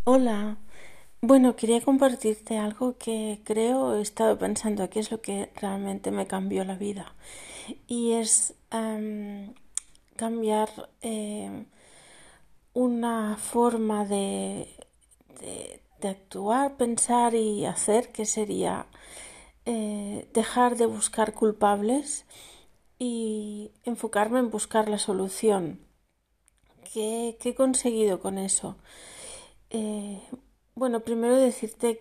Hola, bueno, quería compartirte algo que creo, he estado pensando que es lo que realmente me cambió la vida y es cambiar una forma de actuar, pensar y hacer, que sería dejar de buscar culpables y enfocarme en buscar la solución. ¿Qué he conseguido con eso? Eh, bueno, primero decirte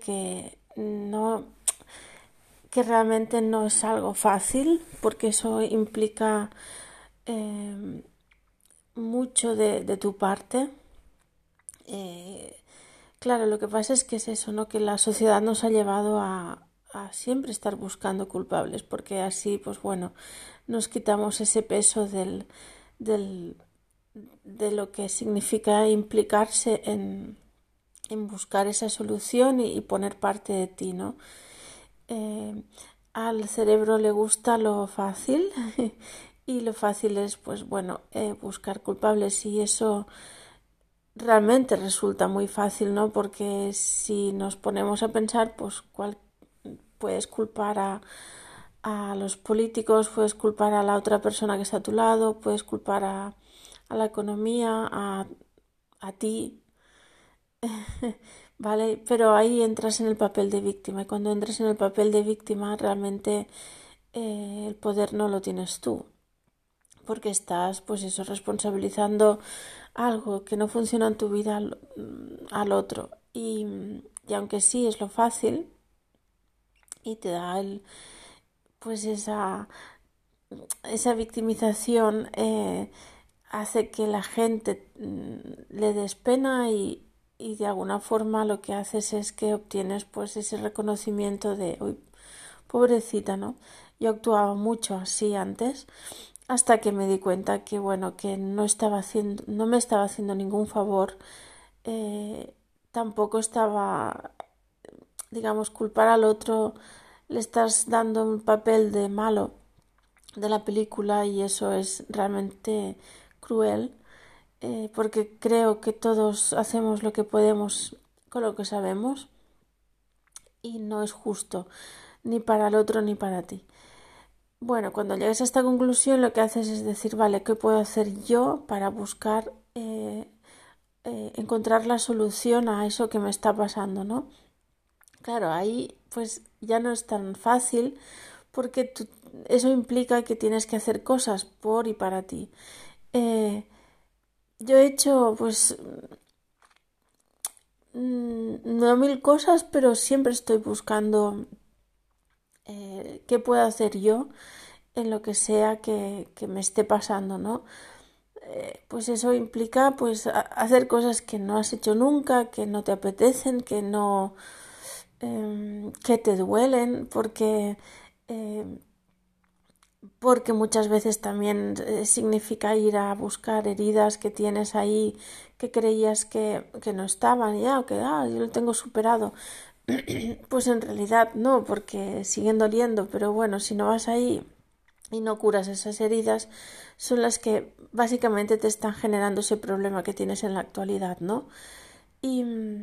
que realmente no es algo fácil, porque eso implica eh, mucho de tu parte. Eh, claro, lo que pasa es que es eso, ¿no? Que la sociedad nos ha llevado a siempre estar buscando culpables, porque así, pues bueno, nos quitamos ese peso del, de lo que significa implicarse en buscar esa solución y poner parte de ti, ¿no? Eh, Al cerebro le gusta lo fácil y lo fácil es, pues bueno, buscar culpables y eso realmente resulta muy fácil, ¿no? Porque si nos ponemos a pensar, pues puedes culpar a los políticos, puedes culpar a la otra persona que está a tu lado, puedes culpar a la economía, a ti, ¿vale? Pero ahí entras en el papel de víctima y cuando entras en el papel de víctima realmente el poder no lo tienes tú, porque estás, pues eso, responsabilizando algo que no funciona en tu vida al otro. Y aunque sí es lo fácil y te da pues esa victimización hace que la gente le des pena y de alguna forma lo que haces es que obtienes pues ese reconocimiento de, uy, pobrecita, ¿no? Yo actuaba mucho así antes hasta que me di cuenta que bueno, que no me estaba haciendo ningún favor, eh, tampoco estaba, digamos, culpar al otro, le estás dando un papel de malo de la película y eso es realmente cruel, porque creo que todos hacemos lo que podemos con lo que sabemos y no es justo ni para el otro ni para ti. Bueno, cuando llegues a esta conclusión lo que haces es decir, vale, ¿qué puedo hacer yo para buscar encontrar la solución a eso que me está pasando, ¿no? Claro, ahí pues ya no es tan fácil porque eso implica que tienes que hacer cosas por y para ti. Eh, yo he hecho pues no mil cosas, pero siempre estoy buscando qué puedo hacer yo en lo que sea que me esté pasando, ¿no? Pues eso implica pues hacer cosas que no has hecho nunca, que no te apetecen, que te duelen, eh, porque muchas veces también significa ir a buscar heridas que tienes ahí que creías que no estaban ya o que yo lo tengo superado. Pues en realidad no, porque siguen doliendo, pero bueno, si no vas ahí y no curas esas heridas, son las que básicamente te están generando ese problema que tienes en la actualidad, ¿no? Y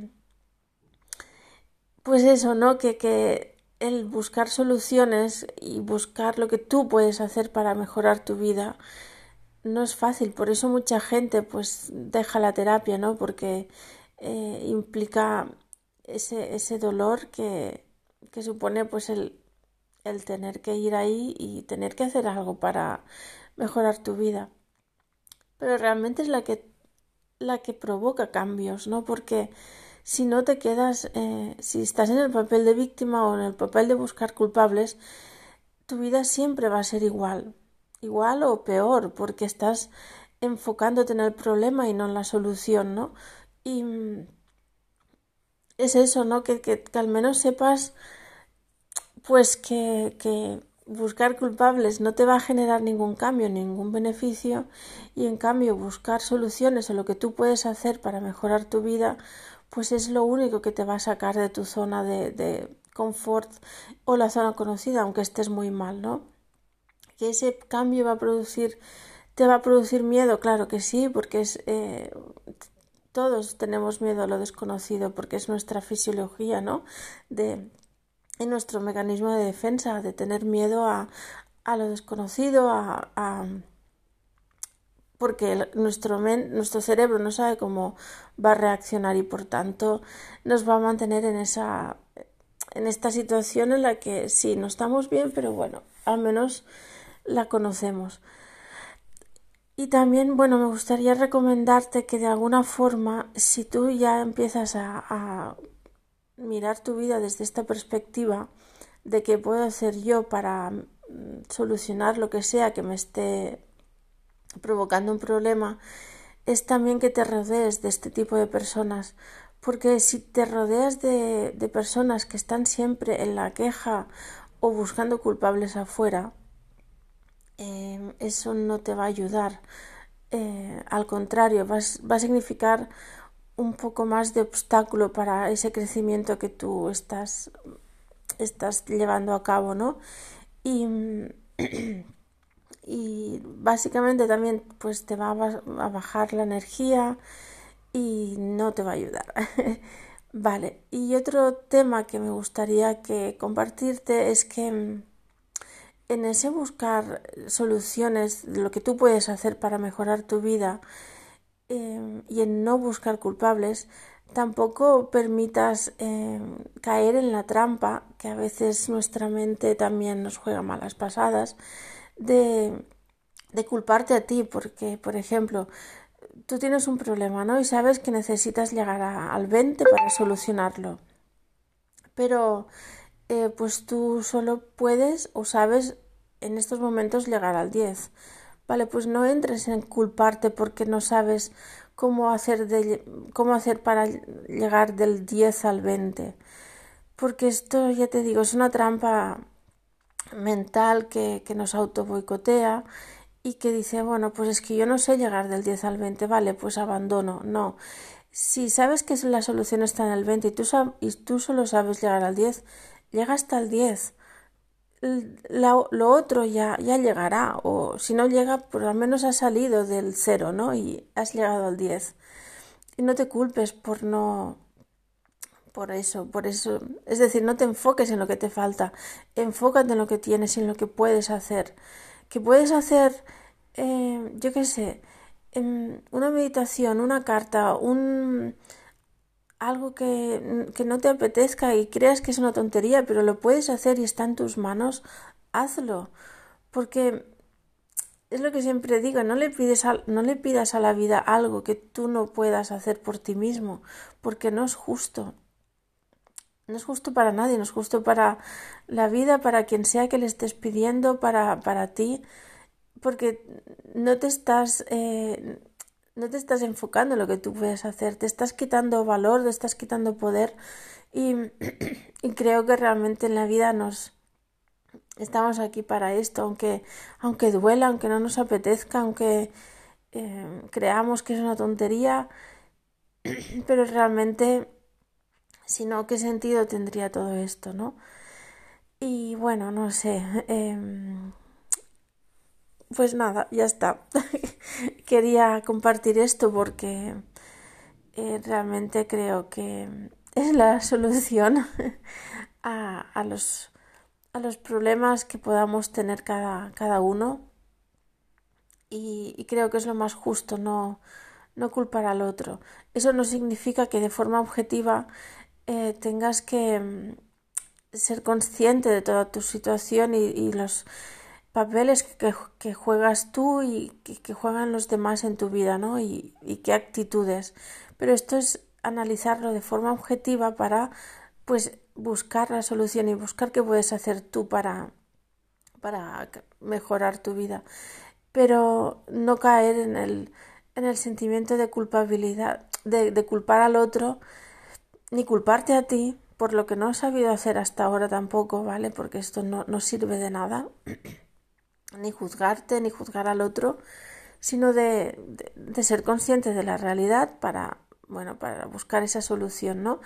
pues eso, ¿no? Que el buscar soluciones y buscar lo que tú puedes hacer para mejorar tu vida no es fácil, por eso mucha gente pues deja la terapia, ¿no? Porque implica ese dolor que supone pues el tener que ir ahí y tener que hacer algo para mejorar tu vida. Pero realmente es la que provoca cambios, ¿no? Porque si no te quedas, si estás en el papel de víctima o en el papel de buscar culpables, tu vida siempre va a ser igual, igual o peor, porque estás enfocándote en el problema y no en la solución, ¿no? Y es eso, ¿no? Que al menos sepas, pues que buscar culpables no te va a generar ningún cambio, ningún beneficio, y en cambio buscar soluciones o lo que tú puedes hacer para mejorar tu vida, pues es lo único que te va a sacar de tu zona de confort o la zona conocida, aunque estés muy mal, ¿no? Que ese cambio te va a producir miedo, claro que sí, porque todos tenemos miedo a lo desconocido porque es nuestra fisiología, ¿no? Es nuestro mecanismo de defensa, de tener miedo a lo desconocido, porque nuestro cerebro no sabe cómo va a reaccionar y por tanto nos va a mantener en esta situación en la que sí, no estamos bien, pero bueno, al menos la conocemos. Y también, bueno, me gustaría recomendarte que de alguna forma, si tú ya empiezas a mirar tu vida desde esta perspectiva de qué puedo hacer yo para solucionar lo que sea que me esté provocando un problema, es también que te rodees de este tipo de personas, porque si te rodeas de personas que están siempre en la queja o buscando culpables afuera, eso no te va a ayudar. Al contrario, va a significar un poco más de obstáculo para ese crecimiento que tú estás llevando a cabo, ¿no? Y, y básicamente también pues te va a bajar la energía y no te va a ayudar. Vale, y otro tema que me gustaría que compartirte es que en ese buscar soluciones, lo que tú puedes hacer para mejorar tu vida y en no buscar culpables, tampoco permitas caer en la trampa, que a veces nuestra mente también nos juega malas pasadas, de culparte a ti, porque, por ejemplo, tú tienes un problema, ¿no? Y sabes que necesitas llegar al 20 para solucionarlo, pero pues tú solo puedes o sabes en estos momentos llegar al 10. Vale, pues no entres en culparte porque no sabes cómo hacer para llegar del 10 al 20. Porque esto, ya te digo, es una trampa mental que nos auto boicotea y que dice, bueno, pues es que yo no sé llegar del 10 al 20, vale, pues abandono. No, si sabes que la solución está en el 20 y tú solo sabes llegar al 10, llega hasta el 10. Lo otro ya llegará, o si no llega, por lo menos has salido del 0, ¿no? Y has llegado al 10. Y no te culpes por eso. Es decir, no te enfoques en lo que te falta, enfócate en lo que tienes y en lo que puedes hacer. Que puedes hacer, yo qué sé, una meditación, una carta, algo que no te apetezca y creas que es una tontería, pero lo puedes hacer y está en tus manos, hazlo. Porque es lo que siempre digo, no le pidas a la vida algo que tú no puedas hacer por ti mismo, porque no es justo. No es justo para nadie, no es justo para la vida, para quien sea que le estés pidiendo, para ti, porque no te estás enfocando en lo que tú puedes hacer, te estás quitando valor, te estás quitando poder y, y creo que realmente en la vida estamos aquí para esto, aunque duela, aunque no nos apetezca, aunque creamos que es una tontería, pero realmente, si no, ¿qué sentido tendría todo esto, no? Y bueno, no sé, pues nada, ya está. Quería compartir esto porque realmente creo que es la solución a los problemas que podamos tener cada uno y creo que es lo más justo, no culpar al otro. Eso no significa que de forma objetiva tengas que ser consciente de toda tu situación y los papeles que juegas tú y que juegan los demás en tu vida, ¿no? Y qué actitudes. Pero esto es analizarlo de forma objetiva para, pues, buscar la solución y buscar qué puedes hacer tú para mejorar tu vida. Pero no caer en el sentimiento de culpabilidad, de culpar al otro, ni culparte a ti por lo que no has sabido hacer hasta ahora tampoco, ¿vale? Porque esto no sirve de nada, ni juzgarte, ni juzgar al otro, sino de ser consciente de la realidad para buscar esa solución, ¿no?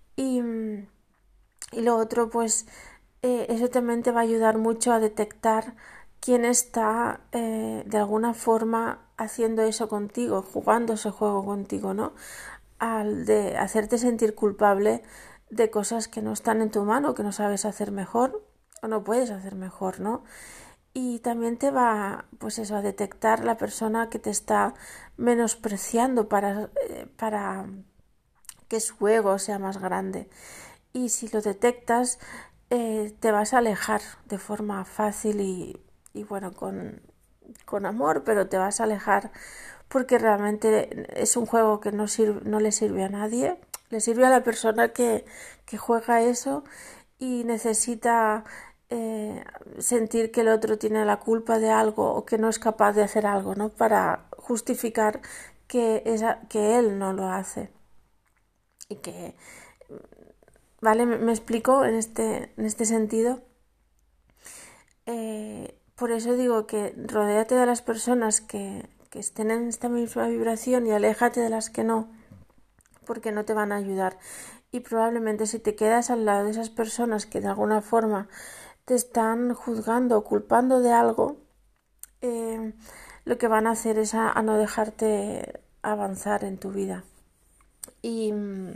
Y lo otro, pues, eso también te va a ayudar mucho a detectar quién está de alguna forma haciendo eso contigo, jugando ese juego contigo, ¿no? Al de hacerte sentir culpable de cosas que no están en tu mano, que no sabes hacer mejor o no puedes hacer mejor, ¿no? Y también te va, pues eso, a detectar la persona que te está menospreciando para que su ego sea más grande. Y si lo detectas, te vas a alejar de forma fácil y bueno, con amor, pero te vas a alejar porque realmente es un juego que no le sirve a nadie, le sirve a la persona que juega eso y necesita sentir que el otro tiene la culpa de algo o que no es capaz de hacer algo, ¿no? Para justificar que él no lo hace. Y que, ¿vale? ¿Me explico en este sentido? Por eso digo que rodéate de las personas que estén en esta misma vibración y aléjate de las que no, porque no te van a ayudar. Y probablemente si te quedas al lado de esas personas que de alguna forma te están juzgando o culpando de algo, lo que van a hacer es a no dejarte avanzar en tu vida. Y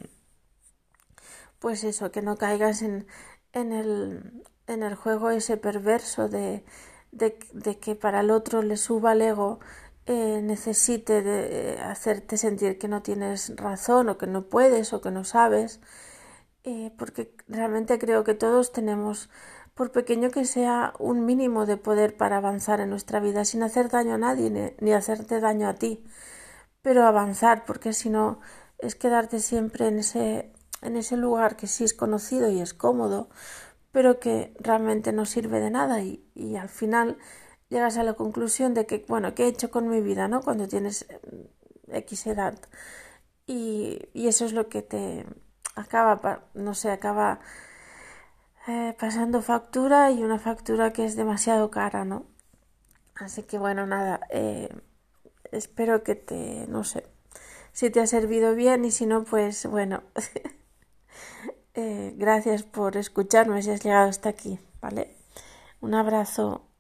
pues eso, que no caigas en el juego ese perverso de que para el otro le suba el ego, necesite de hacerte sentir que no tienes razón o que no puedes o que no sabes, porque realmente creo que todos tenemos, por pequeño que sea, un mínimo de poder para avanzar en nuestra vida sin hacer daño a nadie ni hacerte daño a ti, pero avanzar, porque si no es quedarte siempre en ese lugar que sí es conocido y es cómodo, pero que realmente no sirve de nada y al final llegas a la conclusión de que, bueno, ¿qué he hecho con mi vida, no? Cuando tienes X edad. Y eso es lo que te acaba, no sé, acaba pasando factura y una factura que es demasiado cara, ¿no? Así que bueno, nada, espero que no sé, si te ha servido bien y si no, pues bueno, gracias por escucharme si has llegado hasta aquí, ¿vale? Un abrazo.